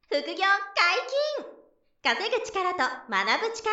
副業解禁、稼ぐ力と学ぶ力。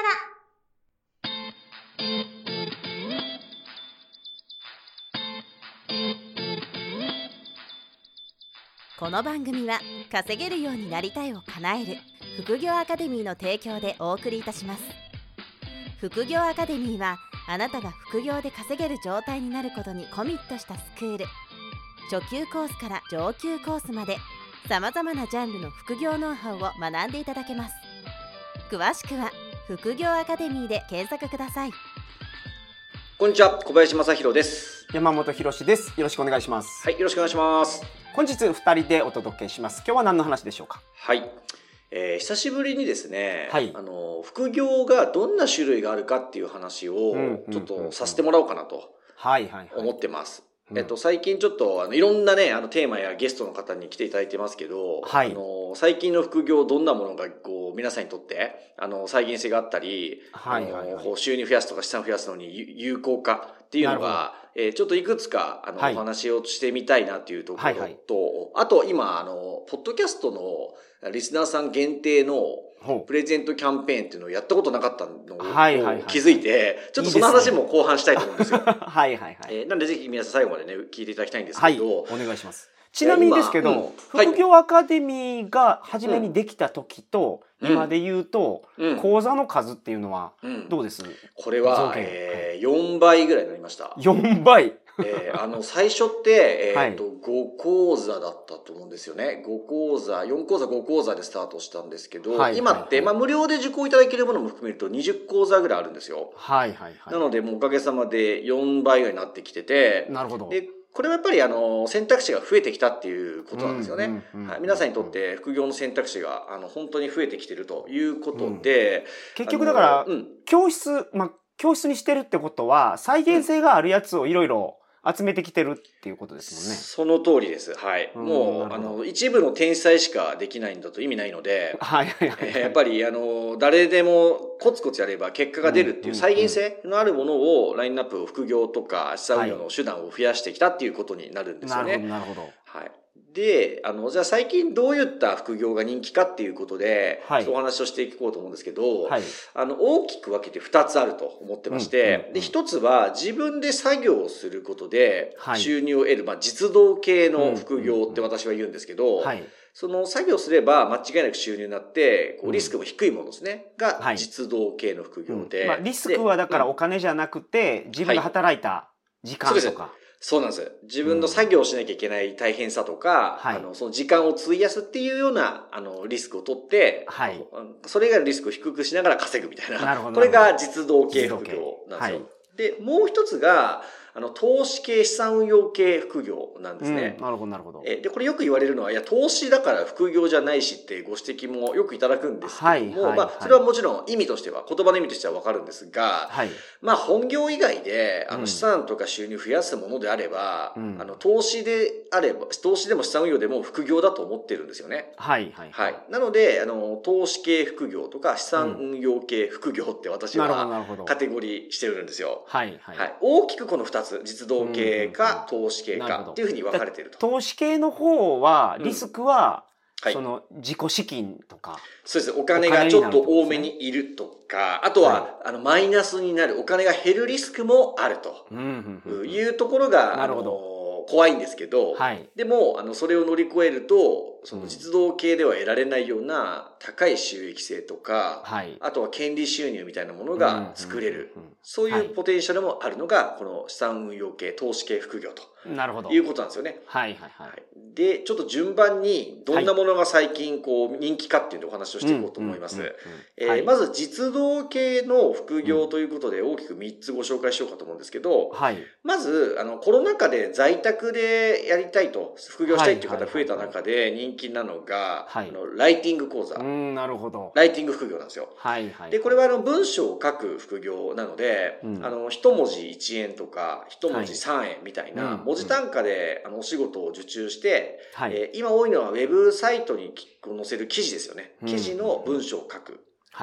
この番組は稼げるようになりたいを叶える副業アカデミーの提供でお送りいたします。副業アカデミーはあなたが副業で稼げる状態になることにコミットしたスクール。初級コースから上級コースまでさまざまなジャンルの副業ノウハウを学んでいただけます。詳しくは副業アカデミーで検索ください。 こんにちは、小林正弘です。 山本博です。よろしくお願いします。 はい、よろしくお願いします。 本日2人でお届けします。今日は何の話でしょうか？ はい、久しぶりにですね、 はい、 副業がどんな種類があるかっていう話をちょっとさせてもらおうかなと思ってます。最近ちょっといろんなねテーマやゲストの方に来ていただいてますけど、 はい、 最近の副業どんなものがこう皆さんにとって再現性があったり、収入増やすとか資産増やすのに有効かっていうのが、ちょっといくつかお話をしてみたいなっていうところと、あと今ポッドキャストのリスナーさん限定のプレゼントキャンペーンっていうのをやったことなかったのを気づいて、ちょっとその話も後半したいと思うんですよ。なんでぜひ皆さん最後までね聞いていただきたいんですけど、 お願いします。ちなみにですけど、副業アカデミーが初めにできた時と今で言うと、講座の数っていうのはどうです？ これは、4倍ぐらいになりました。 4倍最初って、5講座だったと思うんですよね。4講座5講座でスタートしたんですけど、今って、無料で受講いただけるものも含めると20講座ぐらいあるんですよ。なので、もうおかげさまで4倍ぐらいになってきてて、 なるほど。 でこれはやっぱり選択肢が増えてきたっていうことなんですよね。皆さんにとって副業の選択肢が本当に増えてきてるということで、 結局だから、教室にしてるってことは再現性があるやつをいろいろ集めてきてるっていうことですもんね。 その通りです。はい。もう一部の天才しかできないんだと意味ないので、やっぱり誰でもコツコツやれば結果が出るっていう再現性のあるものをラインナップ、副業とか資産運用の手段を増やしてきたっていうことになるんですよね。 なるほど。 はい。で、じゃあ最近どういった副業が人気かっていうことで、お話をしていこうと思うんですけど、大きく分けて2つあると思ってまして、で、1つは自分で作業をすることで収入を得る、実動系の副業って私は言うんですけど、その作業すれば間違いなく収入になって、リスクも低いものですね、が実動系の副業で。 リスクはだからお金じゃなくて、自分が働いた時間とか。 そうなんです。自分の作業をしなきゃいけない大変さとか、その時間を費やすっていうような、リスクを取って、それ以外のリスクを低くしながら稼ぐみたいな。これが実動系副業なんですよ。で、もう一つが、投資系資産運用系副業なんですね。 なるほど。 で、これよく言われるのは、いや、投資だから副業じゃないしってご指摘もよくいただくんですけども、それはもちろん意味としては、言葉の意味としてはわかるんですが、本業以外で、資産とか収入増やすものであれば、投資でも資産運用でも副業だと思ってるんですよね。なので、投資系副業とか資産運用系副業って私はカテゴリーしてるんですよ。大きくこの2つ、実動系か投資系かっていうふうに分かれていると。 投資系の方はリスクは、その自己資金とか、 そうです。お金がちょっと多めにいるとか、あとはマイナスになる、お金が減るリスクもあるというところが怖いんですけど、でもそれを乗り越えると、その実動系では得られないような高い収益性とか、あとは権利収入みたいなものが作れる、そういうポテンシャルもあるのがこの資産運用系投資系副業ということなんですよね。で、ちょっと順番にどんなものが最近人気かっていうのをお話をしていこうと思います。まず実動系の副業ということで大きく3つご紹介しようかと思うんですけど、まずコロナ禍で在宅でやりたいと、副業したいっていう方が増えた中で人気なのが、ライティング講座。ライティング副業なんですよ。で、これは文章を書く副業なので、一文字1円とか、一文字3円みたいな、文字単価でお仕事を受注して、今多いのはウェブサイトに載せる記事ですよね。記事の文章を書く。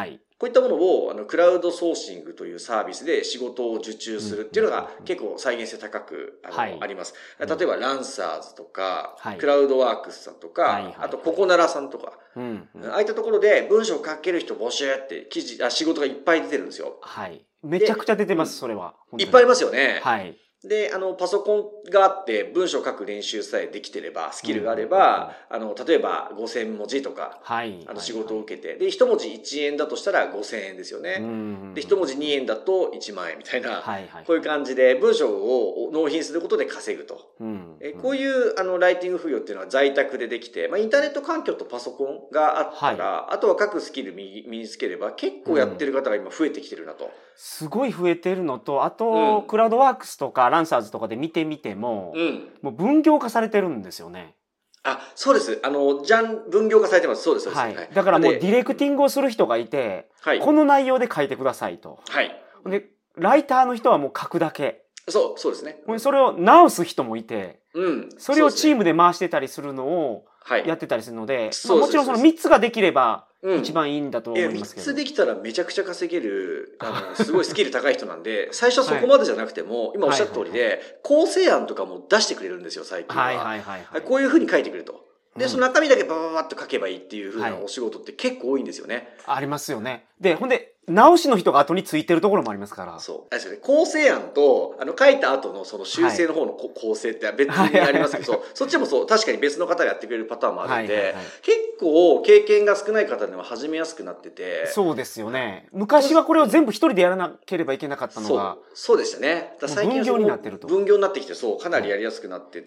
こういったものをクラウドソーシングというサービスで仕事を受注するっていうのが結構再現性高くあります。例えばランサーズとか、クラウドワークスさんとか、あとココナラさんとか、ああいったところで文章を書ける人募集って仕事がいっぱい出てるんですよ。 はい。めちゃくちゃ出てます、それは。 いっぱいありますよね。 はい。 で、パソコンがあって文章を書く練習さえできてれば、スキルがあれば、例えば5000文字とか、仕事を受けて、で、1文字1円だとしたら5000円ですよね。で、1文字2円だと1万円みたいな、こういう感じで文章を納品することで稼ぐと。こういうライティング副業っていうのは在宅でできて、インターネット環境とパソコンがあったら、あとは各スキル身につければ結構やってる方が今増えてきてるなと。 すごい増えてるのと、あと、クラウドワークスとかランサーズとかで見てみても、もう分業化されてるんですよね。 そうです。分業化されてます。そうです、そうです。 はい。だからもうディレクティングをする人がいて、この内容で書いてくださいと。 はい。 で、ライターの人はもう書くだけ。 そうですね。 それを直す人もいて、それをチームで回してたりするのをやってたりするので、もちろんその3つができれば、一番いいんだと思いますけど。 3つできたらめちゃくちゃ稼げる、すごいスキル高い人なんで、最初はそこまでじゃなくても、今おっしゃった通りで、構成案とかも出してくれるんですよ、最近は。こういう風に書いてくれと。で、その中身だけバババッと書けばいいっていう風なお仕事って結構多いんですよね。 ありますよね。で、ほんで、直しの人が後についてるところもありますから。 そう。ですよね。構成案と、書いた後のその修正の方の構成って別にありますけど、そっちもそう、確かに別の方がやってくれるパターンもあるんで、結構経験が少ない方でも始めやすくなってて。 そうですよね。昔はこれを全部一人でやらなければいけなかったのが。 そうでしたね。 最近分業になってると。 分業になってきて、かなりやりやすくなってって、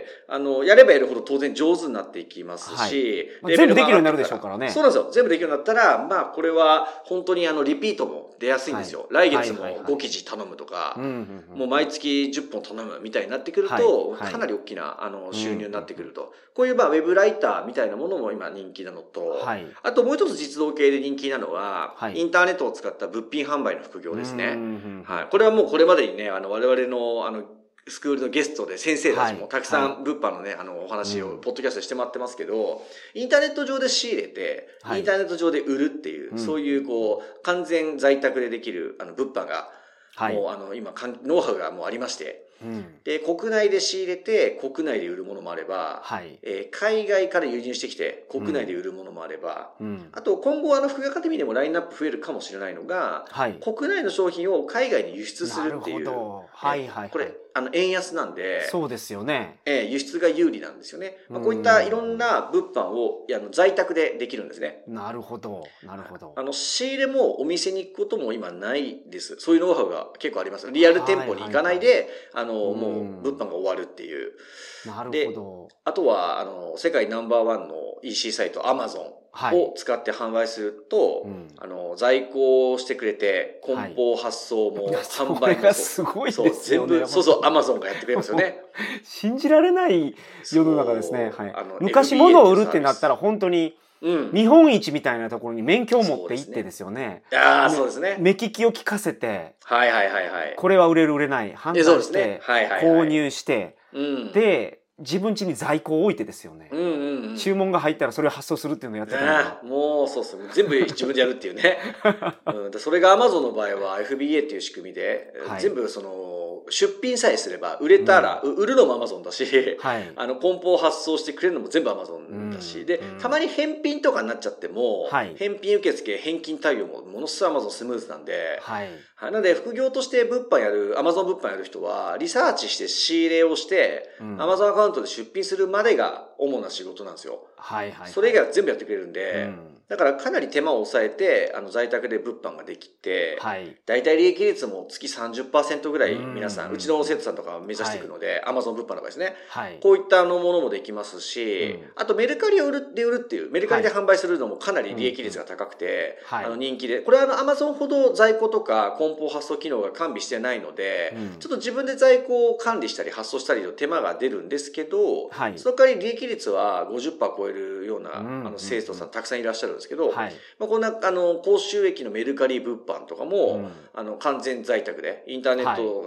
やればやるほど当然上手になっていきますし、 全部できるようになるでしょうからね。 そうなんですよ。全部できるようになったら、これは本当にリピートも出やすいんですよ。来月も5記事頼むとか、もう毎月10本頼むみたいになってくると、かなり大きな収入になってくると。こういうウェブライターみたいなものも今人気なのと、あともう一つ実動系で人気なのは、インターネットを使った物品販売の副業ですね。これはもうこれまでにね、我々のスクールのゲストで先生たちもたくさん物販のね、お話をポッドキャストでしてもらってますけど、インターネット上で仕入れて、インターネット上で売るっていう、そういう完全在宅でできる物販が、もう今、ノウハウがもうありまして、で、国内で仕入れて、国内で売るものもあれば、海外から輸入してきて、国内で売るものもあれば、あと今後副業アカデミーでもラインナップ増えるかもしれないのが、国内の商品を海外に輸出するっていう。これ、円安なんで、 そうですよね。 輸出が有利なんですよね。こういったいろんな物販を在宅でできるんですね。 なるほど。なるほど。 仕入れもお店に行くことも今ないです。そういうノウハウが結構あります。リアル店舗に行かないで、もう物販が終わるっていう。 なるほど。 あとは、世界ナンバーワンの EC サイト Amazon を使って販売すると、在庫してくれて、梱包発送も販売も。 それがすごいですよね。 Amazon がやってくれますよね。 信じられない世の中ですね。昔物を売るってなったら本当に、見本市みたいなところに免許を持って行ってですよね。 そうですね。 目利きを聞かせて、 これは売れる売れない判断して、購入して、で、自分家に在庫を置いてですよね。注文が入ったらそれを発送するっていうのをやってたら。 もうそうですね。全部自分でやるっていうね。それが Amazon の場合は FBA っていう仕組みで、全部出品さえすれば売れたら、売るのも Amazon だし、梱包発送してくれるのも全部 Amazon だし、で、たまに返品とかになっちゃっても、返品受付、返金対応もものすごい Amazon スムーズなんで、なので副業としてAmazon 物販やる人は、リサーチして仕入れをして、Amazon アカウントで出品するまでが主な仕事なんですよ。それ以外は全部やってくれるんで、だからかなり手間を抑えて、在宅で物販ができて、だいたい利益率も月 30% ぐらい皆さん、うちの生徒さんとかは目指していくので、Amazon 物販の場合ですね。こういったものもできますし、あとメルカリで売るっていう、メルカリで販売するのもかなり利益率が高くて、人気で、これはAmazon ほど在庫とか梱包発送機能が完備してないので、ちょっと自分で在庫を管理したり発送したりの手間が出るんですけど、その代わり利益率は 50% 超えるような生徒さんたくさんいらっしゃるんですけど、こんな高収益のメルカリ物販とかも、完全在宅でインターネットが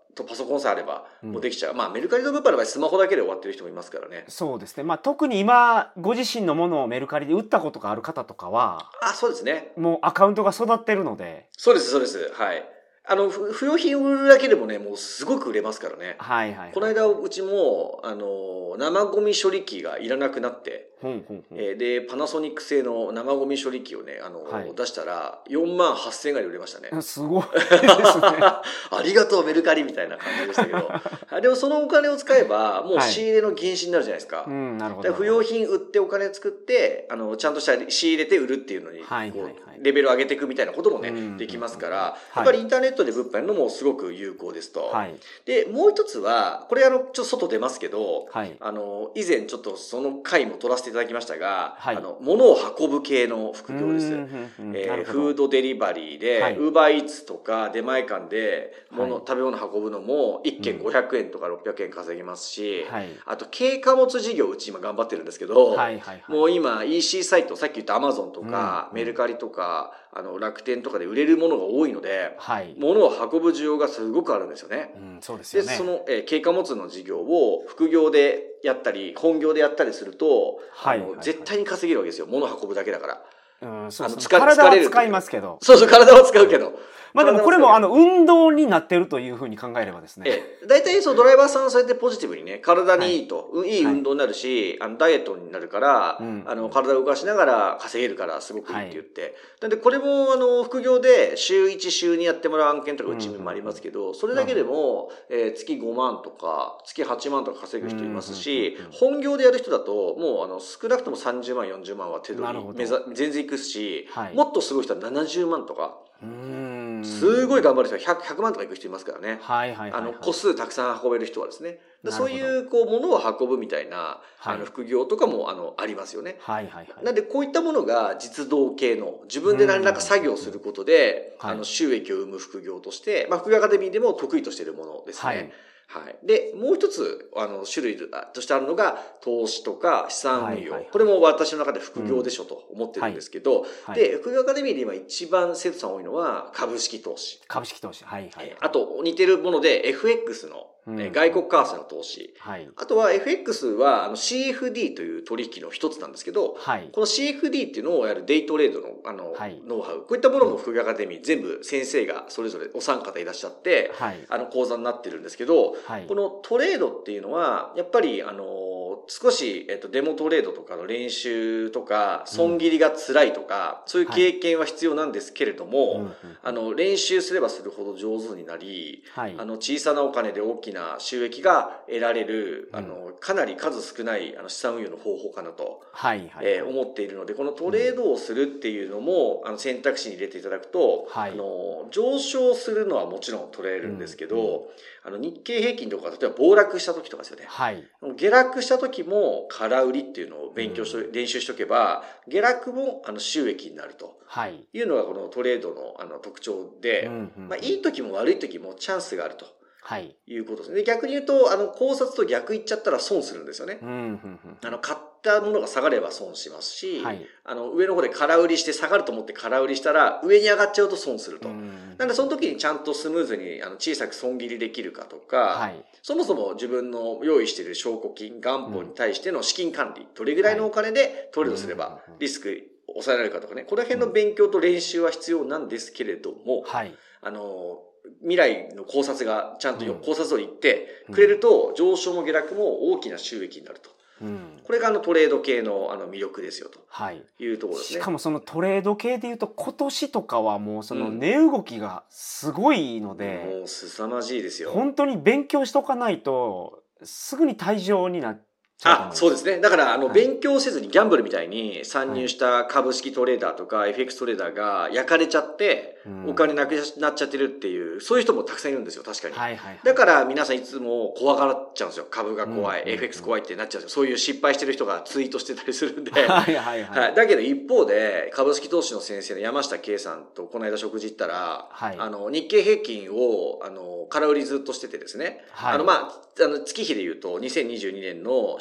とパソコンさえあればもうできちゃう、メルカリの物販の場合スマホだけで終わってる人もいますからね。 そうですね。特に今ご自身のものをメルカリで売ったことがある方とかは、 そうですね。 もうアカウントが育ってるので。 そうですそうです。はい。不用品売るだけでもね、もうすごく売れますからね。 はいはい、はい。 この間うちも生ゴミ処理機がいらなくなって、でパナソニック製の生ゴミ処理機をね出したら48,000円ぐらい売れましたね。 すごいですね。 ありがとうメルカリみたいな感じでしたけどでもそのお金を使えばもう仕入れの原資になるじゃないですか。 なるほど。 不用品売ってお金作ってちゃんとした仕入れて売るっていうのにレベルを上げていくみたいなこともねできますから、やっぱりインターネットで物販やるのもすごく有効ですと。でもう一つはこれちょっと外出ますけど、以前ちょっとその回も取らせていただきましたが、物を運ぶ系の副業です。フードデリバリーでウーバーイーツとか出前館で食べ物運ぶのも1件500円とか600円稼げますし、あと軽貨物事業うち今頑張ってるんですけど、もう今 EC サイトさっき言った Amazon とかメルカリとか楽天とかで売れるものが多いので、物を運ぶ需要がすごくあるんですよね。 そうですよね。 でその軽貨物の事業を副業でやったり本業でやったりすると、絶対に稼げるわけですよ。物を運ぶだけだから。 体は使いますけど。 そう体は使うけど。 でもこれも運動になってるというふうに考えればですね。 大体ドライバーさんはそうやってポジティブにね、体にいいと、いい運動になるし、ダイエットになるから、体を動かしながら稼げるからすごくいいって言って。なんでこれも副業で週1週2やってもらう案件とかうちもありますけど、それだけでも月5万とか月8万とか稼ぐ人いますし、本業でやる人だともう少なくとも30万40万は手取り全然いくし、もっとすごい人は70万とか。すごい頑張る人は 100万とかいく人いますからね。個数たくさん運べる人はですね。そういう物を運ぶみたいな副業とかもありますよね。なんでこういったものが実動系の自分で何らか作業することで収益を生む副業として、副業アカデミーでも得意としているものですね。でもう一つ種類としてあるのが投資とか資産運用、これも私の中で副業でしょと思ってるんですけど、で副業アカデミーで今一番生徒さん多いのは株式投資。あと似てるもので FX の外国為替の投資、あとは FX はCFD という取引の一つなんですけど、この CFD っていうのをやるデイトレードのノウハウ、こういったものも副業アカデミー全部先生がそれぞれお三方いらっしゃって講座になってるんですけど、このトレードっていうのはやっぱり少しデモトレードとかの練習とか損切りが辛いとかそういう経験は必要なんですけれども、練習すればするほど上手になり、小さなお金で大きな収益が得られるかなり数少ない資産運用の方法かなと思っているので、このトレードをするっていうのも選択肢に入れていただくと、上昇するのはもちろん取れるんですけど、日経平均とか例えば暴落した時とかですよね、下落した時も空売りっていうのを練習しとけば下落も収益になるというのがこのトレードの特徴で、いい時も悪い時もチャンスがあるということですね。で逆に言うと考察と逆いっちゃったら損するんですよね。買ったものが下がれば損しますし、上の方で空売りして下がると思って空売りしたら上に上がっちゃうと損すると。なのでその時にちゃんとスムーズに小さく損切りできるかとか、そもそも自分の用意している証拠金元本に対しての資金管理、どれぐらいのお金でトレードすればリスク抑えられるかとかね、この辺の勉強と練習は必要なんですけれども、未来の考察がちゃんと考察通り言ってくれると上昇も下落も大きな収益になると。これがトレード系の魅力ですよというところですね。 しかもそのトレード系でいうと今年とかはもうその値動きがすごいので、 もう凄まじいですよ。 本当に勉強しとかないとすぐに退場になっそうですね。だから勉強せずにギャンブルみたいに参入した株式トレーダーとか FX トレーダーが焼かれちゃってお金なくなっちゃってるっていうそういう人もたくさんいるんですよ。確かに。だから皆さんいつも怖がっちゃうんですよ。株が怖い、FX 怖いってなっちゃうんですよ。そういう失敗してる人がツイートしてたりするんで。だけど一方で株式投資の先生の山下圭さんとこの間食事行ったら、日経平均を空売りずっとしててですね。月日で言うと2022年の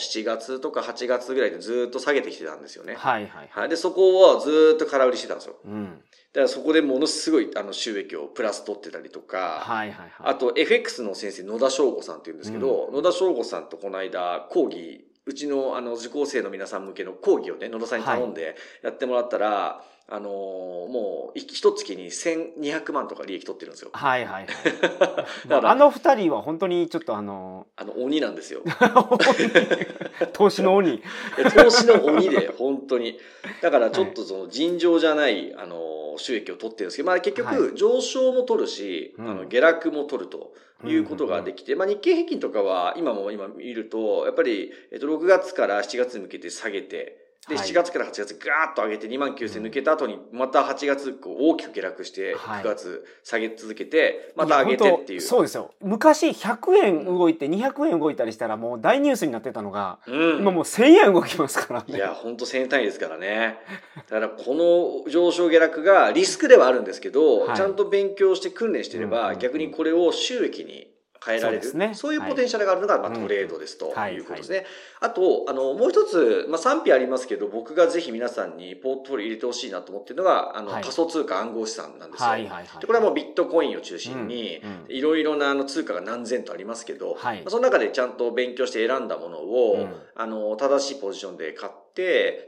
7月とか8月ぐらいでずっと下げてきてたんですよね。 はいはいはい。 で、そこをずっと空売りしてたんですよ。 うん。 だからそこでものすごい収益をプラス取ってたりとか、 はいはいはい。 あと FX の先生野田翔吾さんっていうんですけど、野田翔吾さんとこの間講義、うちの受講生の皆さん向けの講義をね、野田さんに頼んでやってもらったら、もう一月に1200万とか利益取ってるんですよ。 はいはいはい。二人は本当にちょっと鬼なんですよ。 投資の鬼。 投資の鬼で、本当に。だからちょっとその尋常じゃない、収益を取ってるんですけど、まあ結局上昇も取るし、下落も取るということができて、まあ日経平均とかは今見ると、やっぱり、6月から7月に向けて下げて、で、7月から8月ガーッと上げて29,000抜けた後に、また8月大きく下落して、9月下げ続けて、また上げてっていう。 そうですよ。昔100円動いて200円動いたりしたらもう大ニュースになってたのが、今もう1000円動きますからね。 いや、ほんと1000円単位ですからね。だからこの上昇下落がリスクではあるんですけど、ちゃんと勉強して訓練してれば、逆にこれを収益に変えられる。そういうポテンシャルがあるのが、トレードですということですね。あと、もう一つ、賛否ありますけど、僕がぜひ皆さんにポートフォリオ入れてほしいなと思ってるのが、仮想通貨暗号資産なんですよ。で、これはもうビットコインを中心に、いろいろな通貨が何千とありますけど、その中でちゃんと勉強して選んだものを、正しいポジションで買って、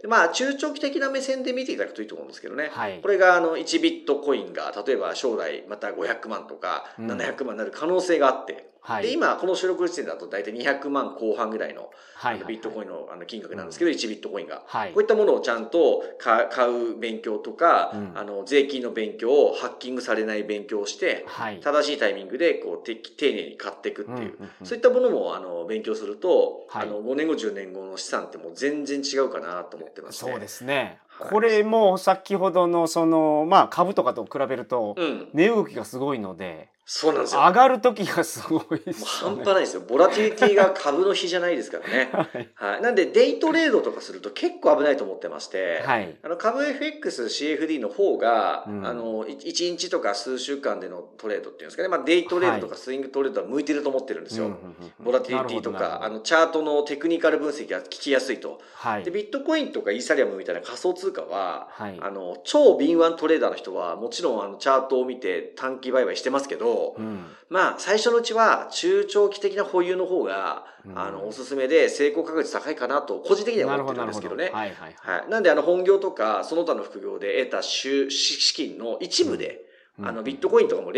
まあ、中長期的な目線で見ていただくといいと思うんですけどね。これが、1ビットコインが、例えば将来また500万とか700万になる可能性があって、で、今、この収録時点だと大体200万後半ぐらいのビットコインの金額なんですけど、1ビットコインが。こういったものをちゃんと買う勉強とか、税金の勉強をハッキングされない勉強をして、正しいタイミングでこう丁寧に買っていくっていう、そういったものも勉強すると、5年後、10年後の資産ってもう全然違うかなと思ってますね。 そうですね。これも先ほどの株とかと比べると、値動きがすごいので、 そうなんですよ。 上がる時がすごいですよね。半端ないですよ。ボラティリティが株の比じゃないですからね。はい。なんで、デイトレードとかすると結構危ないと思ってまして、株 FX、CFD の方が、1日とか数週間でのトレードっていうんですかね。まあ、デイトレードとかスイングトレードは向いてると思ってるんですよ。ボラティリティとか、チャートのテクニカル分析が効きやすいと。で、ビットコインとかイーサリアムみたいな仮想通貨は、超敏腕トレーダーの人は、もちろんチャートを見て短期売買してますけど、まあ、最初のうちは中長期的な保有の方が、おすすめで成功確率高いかなと、個人的には思ってるんですけどね。なんで、本業とか、その他の副業で得た資金の一部で、ビットコインとかも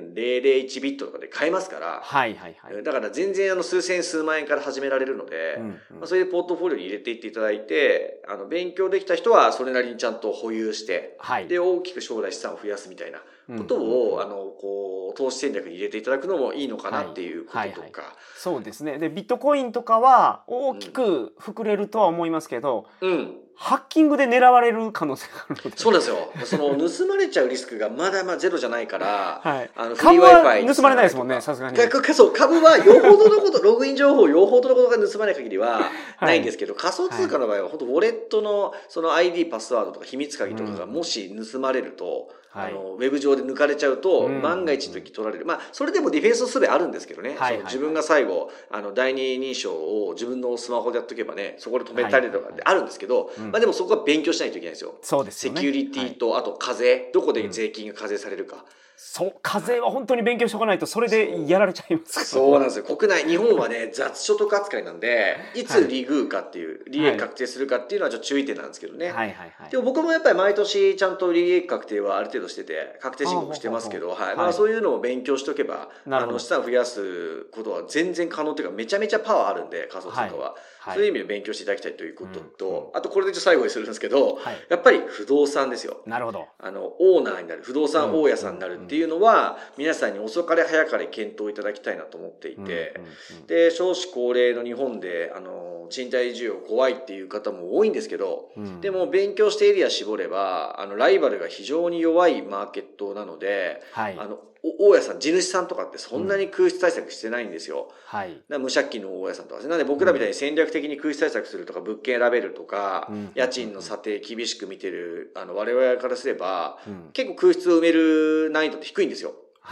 0.001 ビットとかで買えますから、だから全然数千数万円から始められるので、それでポートフォリオに入れていっていただいて、勉強できた人はそれなりにちゃんと保有して、で、大きく将来資産を増やすみたいなことを、投資戦略に入れていただくのもいいのかなっていうこととか。 そうですね。で、ビットコインとかは大きく膨れるとは思いますけど、ハッキングで狙われる可能性があるので。 そうなんですよ。盗まれちゃうリスクがまだゼロじゃないから、 株は盗まれないですもんね、さすがに。 そう、株はよほどのこと、ログイン情報よほどのことが盗まれない限りはないんですけど、仮想通貨の場合は本当ウォレットのID、パスワードとか秘密鍵とかがもし盗まれると、ウェブ上で抜かれちゃうと、万が一の時取られる。まあ、それでもディフェンスの術あるんですけどね。自分が最後、第二認証を自分のスマホでやっとけばね、そこで止めたりとかってあるんですけど、まあでもそこは勉強しないといけないんですよ。 そうですよね。 セキュリティと、あと課税、どこで税金が課税されるか。 そう、課税は本当に勉強しておかないと、それでやられちゃいますから。 そうなんですよ。国内、日本はね、雑所得扱いなんで、いつ利遇かっていう、利益確定するかっていうのはちょっと注意点なんですけどね。でも僕もやっぱり毎年ちゃんと利益確定はある程度してて、確定申告してますけど、まあそういうのを勉強しておけば、資産を増やすことは全然可能っていうか、めちゃめちゃパワーあるんで、仮想通貨は。そういう意味で勉強していただきたいということと、あとこれで最後にするんですけど、やっぱり不動産ですよ。 なるほど。 オーナーになる、不動産大家さんになるっていうのは、皆さんに遅かれ早かれ検討いただきたいなと思っていて、で、少子高齢の日本で、賃貸需要怖いっていう方も多いんですけど、でも勉強してエリア絞れば、ライバルが非常に弱いマーケットなので、大家さん、地主さんとかってそんなに空室対策してないんですよ。無借金の大家さんとかですね。なので僕らみたいに戦略的に空室対策するとか、物件選べるとか、家賃の査定厳しく見てる、我々からすれば、結構空室を埋める難易度って低いんですよ。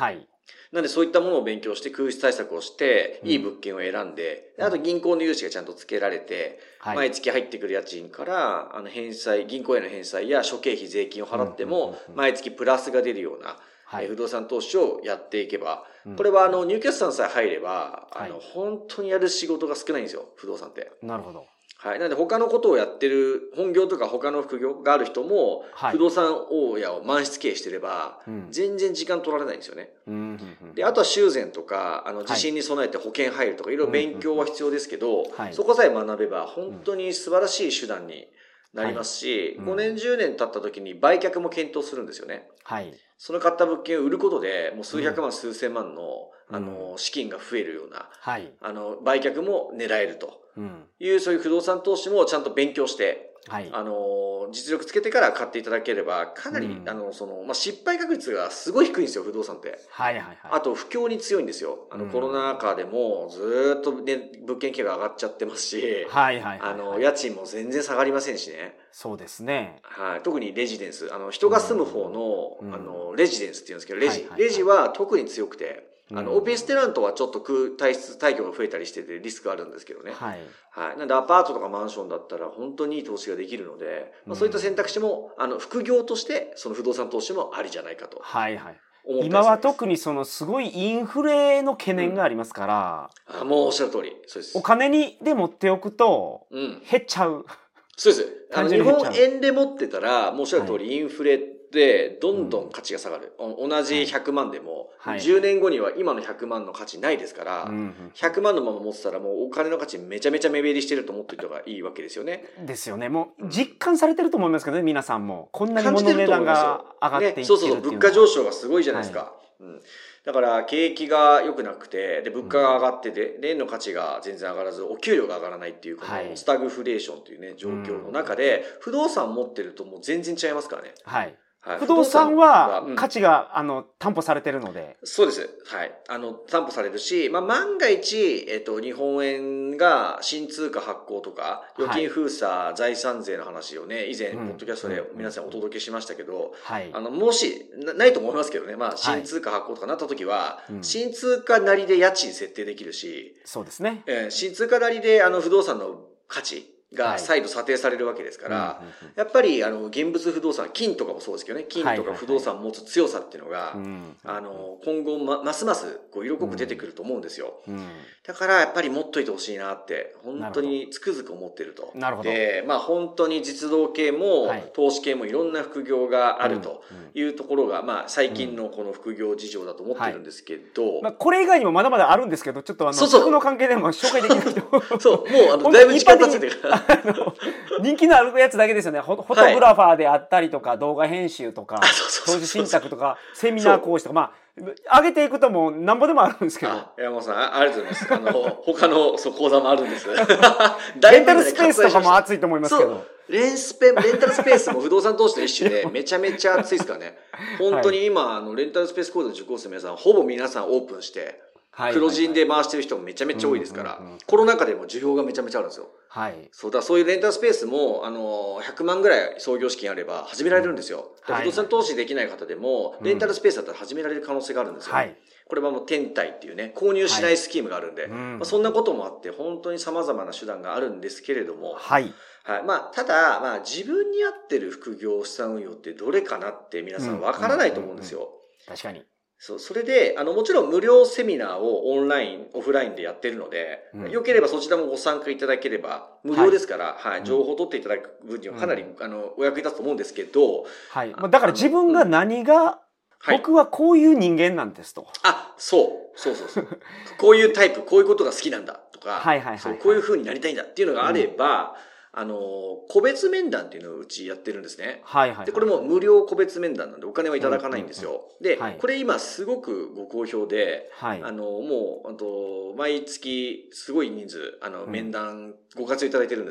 なんでそういったものを勉強して空室対策をして、いい物件を選んで、あと銀行の融資がちゃんとつけられて、毎月入ってくる家賃から、返済、銀行への返済や諸経費税金を払っても、毎月プラスが出るような、不動産投資をやっていけば、これは入居者さんさえ入れば、本当にやる仕事が少ないんですよ、不動産って。 なるほど。 はい。なので他のことをやってる、本業とか他の副業がある人も、不動産大家を満室経営してれば、全然時間取られないんですよね。で、あとは修繕とか、地震に備えて保険入るとか、いろいろ勉強は必要ですけど、そこさえ学べば、本当に素晴らしい手段になりますし、5年10年経った時に売却も検討するんですよね。 はい。 その買った物件を売ることで、もう数百万、数千万の、資金が増えるような、売却も狙えるという、そういう不動産投資もちゃんと勉強して、実力つけてから買っていただければ、かなり、失敗確率がすごい低いんですよ、不動産って。あと、不況に強いんですよ。コロナ禍でもずっとね、物件価格上がっちゃってますし、家賃も全然下がりませんしね。 そうですね。 特にレジデンス。人が住む方の、レジデンスって言うんですけど、レジは特に強くて、オフィステナントはちょっと退去が増えたりしててリスクあるんですけどね。なんでアパートとかマンションだったら本当にいい投資ができるので、そういった選択肢も、副業としてその不動産投資もありじゃないかと。 今は特にすごいインフレの懸念がありますから。 もうおっしゃる通り。そうです。 お金で持っておくと、減っちゃう。 そうです。日本円で持ってたら、もうおっしゃる通りインフレでどんどん価値が下がる。同じ100万でも、10年後には今の100万の価値ないですから、100万のまま持ってたらもうお金の価値めちゃめちゃ目減りしてると思っておいた方がいいわけですよね。 ですよね。もう実感されてると思いますけどね、皆さんも。こんなに物の値段が上がっていってるっていうのは。 物価上昇がすごいじゃないですか。だから景気が良くなくて、で物価が上がってて、円の価値が全然上がらず、お給料が上がらないっていうこのスタグフレーションというね状況の中で、不動産持ってるともう全然違いますからね。 不動産は価値が担保されてるので。 そうです。担保されるし、万が一、日本円が新通貨発行とか、預金封鎖、財産税の話をね、以前、ポッドキャストで皆さんお届けしましたけど、もし、ないと思いますけどね、新通貨発行とかなった時は、新通貨なりで家賃設定できるし、 そうですね。 新通貨なりで不動産の価値、が再度査定されるわけですから、やっぱり現物不動産、金とかもそうですけどね、金とか不動産を持つ強さっていうのが、今後ますます色濃く出てくると思うんですよ。だからやっぱり持っといてほしいなって、本当につくづく思ってると。で、本当に実動系も投資系もいろんな副業があるというところが、最近のこの副業事情だと思ってるんですけど、 これ以外にもまだまだあるんですけど、ちょっと客の関係でも紹介できないと。 そう、もうだいぶ時間経つんでから。 人気のあるやつだけですよね。フォトグラファーであったりとか、動画編集とか、投資信託とか、セミナー講師とか、上げていくともうなんぼでもあるんですけど。 山本さん、ありがとうございます。他の講座もあるんです。 レンタルスペースとかも熱いと思いますけど。 レンタルスペースも不動産投資と一種でめちゃめちゃ熱いですからね。本当に今、レンタルスペース講座受講生の皆さん、ほぼ皆さんオープンして、黒字で回してる人もめちゃめちゃ多いですから、コロナ禍でも需要がめちゃめちゃあるんですよ。そういうレンタルスペースも、100万ぐらい創業資金あれば始められるんですよ。不動産投資できない方でも、レンタルスペースだったら始められる可能性があるんですよ。これはもう天体っていうね、購入しないスキームがあるんで、そんなこともあって、本当に様々な手段があるんですけれども、ただ、自分に合ってる副業資産運用ってどれかなって皆さんわからないと思うんですよ。 確かに。 それで、もちろん無料セミナーをオンライン、オフラインでやってるので、よければそちらもご参加いただければ、無料ですから、情報を取っていただく分にはかなり、お役に立つと思うんですけど、 だから自分が何が、僕はこういう人間なんですと。 そう。こういうタイプ、こういうことが好きなんだとか、こういう風になりたいんだっていうのがあれば、個別面談っていうのをうちやってるんですね。で、これも無料個別面談なんでお金はいただかないんですよ。で、これ今すごくご好評で、もう、毎月すごい人数、面談ご活用いただいてるんですよ。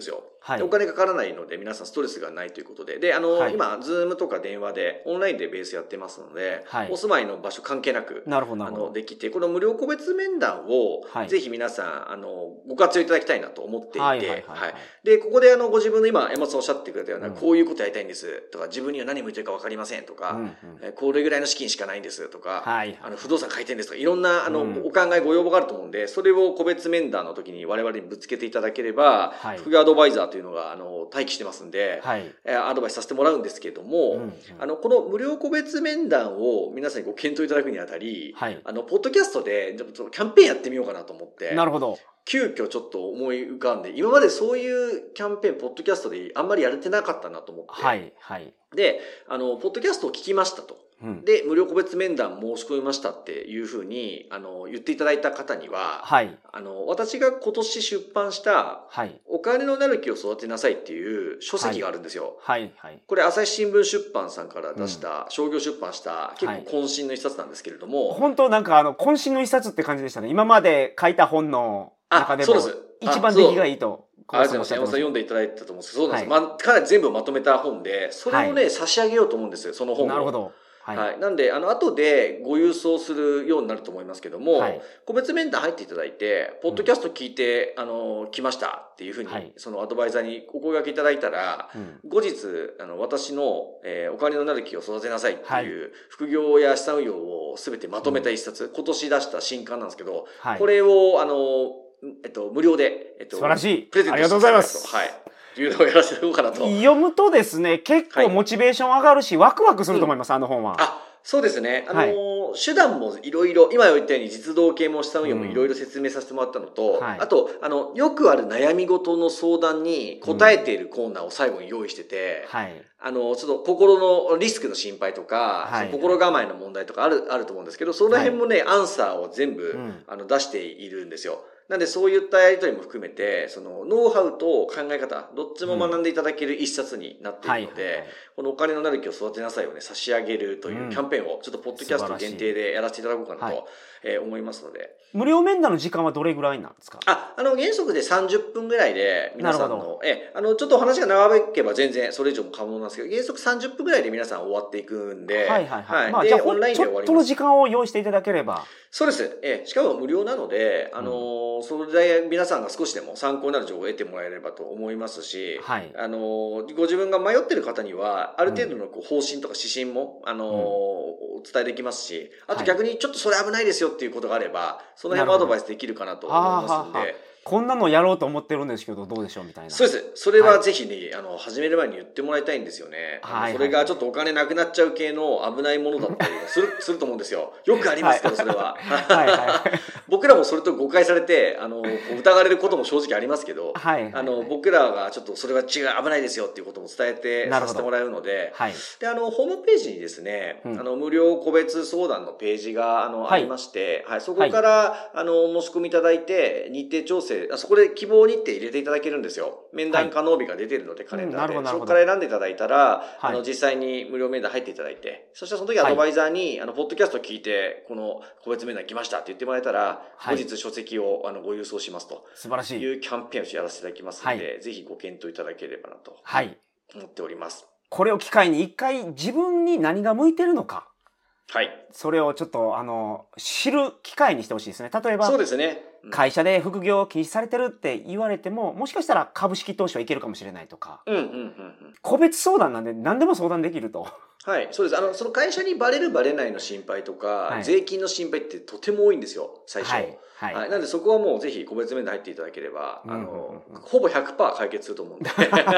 でお金かからないので皆さんストレスがないということで、で今 Zoom とか電話でオンラインでベースやってますので、お住まいの場所関係なくできて、この無料個別面談をぜひ皆さんご活用いただきたいなと思っていて、でここでご自分の今山本さんおっしゃってくれたような、こういうことやりたいんですとか、自分には何向いてるか分かりませんとか、これぐらいの資金しかないんですとか、不動産買いたいんですとか、いろんなお考えご要望があると思うんで、それを個別面談の時に我々にぶつけていただければ、副業アドバイザーというのが待機してますんで、アドバイスさせてもらうんですけども、この無料個別面談を皆さんにご検討いただくにあたり、ポッドキャストでキャンペーンやってみようかなと思って。 なるほど。 急遽ちょっと思い浮かんで、今までそういうキャンペーンポッドキャストであんまりやれてなかったなと思って、でポッドキャストを聞きましたと、で無料個別面談申し込みましたっていうふうに言っていただいた方には、私が今年出版した、お金のなる木を育てなさいっていう書籍があるんですよ。これ朝日新聞出版さんから出した、商業出版した結構渾身の一冊なんですけれども、 本当なんか渾身の一冊って感じでしたね。今まで書いた本の中でも一番出来がいいと。 ありがとうございます。山本さん読んでいただいたと思うんですけど、そうなんです。かなり全部まとめた本で、それをね、差し上げようと思うんですよ、その本を。 なるほど。 なんで、後でご郵送するようになると思いますけども、個別面談入っていただいて、ポッドキャスト聞いて、来ましたっていうふうに、そのアドバイザーにお声掛けいただいたら、後日、私の、お金のなる木を育てなさいっていう、副業や資産運用をすべてまとめた一冊、今年出した新刊なんですけど、これを、無料で、 素晴らしい。 プレゼントありがとうございます。 というのをやらせてもらおうかなと。 読むとですね、結構モチベーション上がるし、ワクワクすると思います、あの本は。 そうですね。手段もいろいろ、今言ったように実動系も資産運用もいろいろ説明させてもらったのと、あと、よくある悩み事の相談に答えているコーナーを最後に用意してて、ちょっと心のリスクの心配とか、心構えの問題とかあると思うんですけど、その辺もね、アンサーを全部、出しているんですよ。なんでそういったやりとりも含めて、そのノウハウと考え方、どっちも学んでいただける一冊になっているので、このお金のなる木を育てなさいをね、差し上げるというキャンペーンをちょっとポッドキャスト限定でやらせていただこうかなと思いますので。 無料面談の時間はどれぐらいなんですか？ 原則で30分ぐらいで皆さんの、ちょっとお話が長引けば全然それ以上も可能なんですけど、原則30分ぐらいで皆さん終わっていくんで、 じゃあオンラインで終わります。ちょっとの時間を用意していただければ。 そうです。しかも無料なので、それで皆さんが少しでも参考になる情報を得てもらえればと思いますし、ご自分が迷っている方には、ある程度の方針とか指針も、お伝えできますし、あと逆にちょっとそれ危ないですよっていうことがあれば、その辺もアドバイスできるかなと思いますので、 こんなのやろうと思ってるんですけどどうでしょうみたいな。 そうです。それはぜひね、始める前に言ってもらいたいんですよね。それがちょっとお金なくなっちゃう系の危ないものだったりすると思うんですよ。よくありますけど、それは。僕らもそれと誤解されて、疑われることも正直ありますけど、僕らがちょっとそれは違う、危ないですよっていうことも伝えてさせてもらうので、で、ホームページにですね、無料個別相談のページがありまして、そこからお申し込みいただいて、日程調整、そこで希望日程入れていただけるんですよ。面談可能日が出てるので、カレンダーで。そこから選んでいただいたら、実際に無料面談入っていただいて、そしたらその時アドバイザーに、ポッドキャスト聞いて、この個別面談来ましたって言ってもらえたら、後日書籍をご郵送しますと。 素晴らしい。 いうキャンペーンをやらせていただきますので、ぜひご検討いただければなと。思っております。 これを機会に一回自分に何が向いてるのか。それをちょっと知る機会にしてほしいですね。例えば、 そうですね。 会社で副業を禁止されてるって言われても、もしかしたら株式投資はいけるかもしれないとか、個別相談なんで何でも相談できると。 そうです。その会社にバレるバレないの心配とか、税金の心配ってとても多いんですよ、最初。なんでそこはもうぜひ個別面で入っていただければ、ほぼ 100% 解決すると思うんで。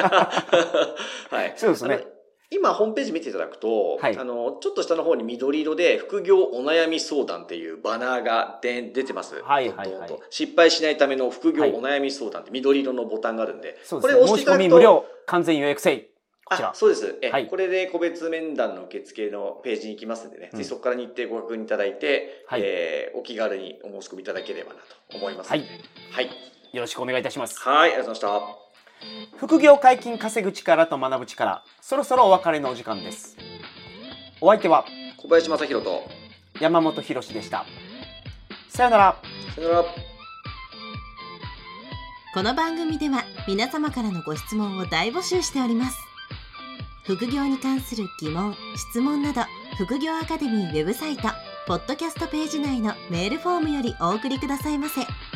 そうですね。 今、ホームページ見ていただくと、ちょっと下の方に緑色で、副業お悩み相談っていうバナーが出てます。失敗しないための副業お悩み相談って緑色のボタンがあるんで、 これを押していただくと。申し込み無料、完全予約制。こちら。 そうです。これで個別面談の受付のページに行きますんでね、ぜひそこから日程ご確認いただいて、お気軽にお申し込みいただければなと思います。 よろしくお願いいたします。 ありがとうございました。 副業解禁稼ぐ力と学ぶ力、そろそろお別れのお時間です。お相手は小林正弘と山本博史でした。さよなら。 さよなら。 この番組では皆様からのご質問を大募集しております。副業に関する疑問・質問など、副業アカデミーウェブサイトポッドキャストページ内のメールフォームよりお送りくださいませ。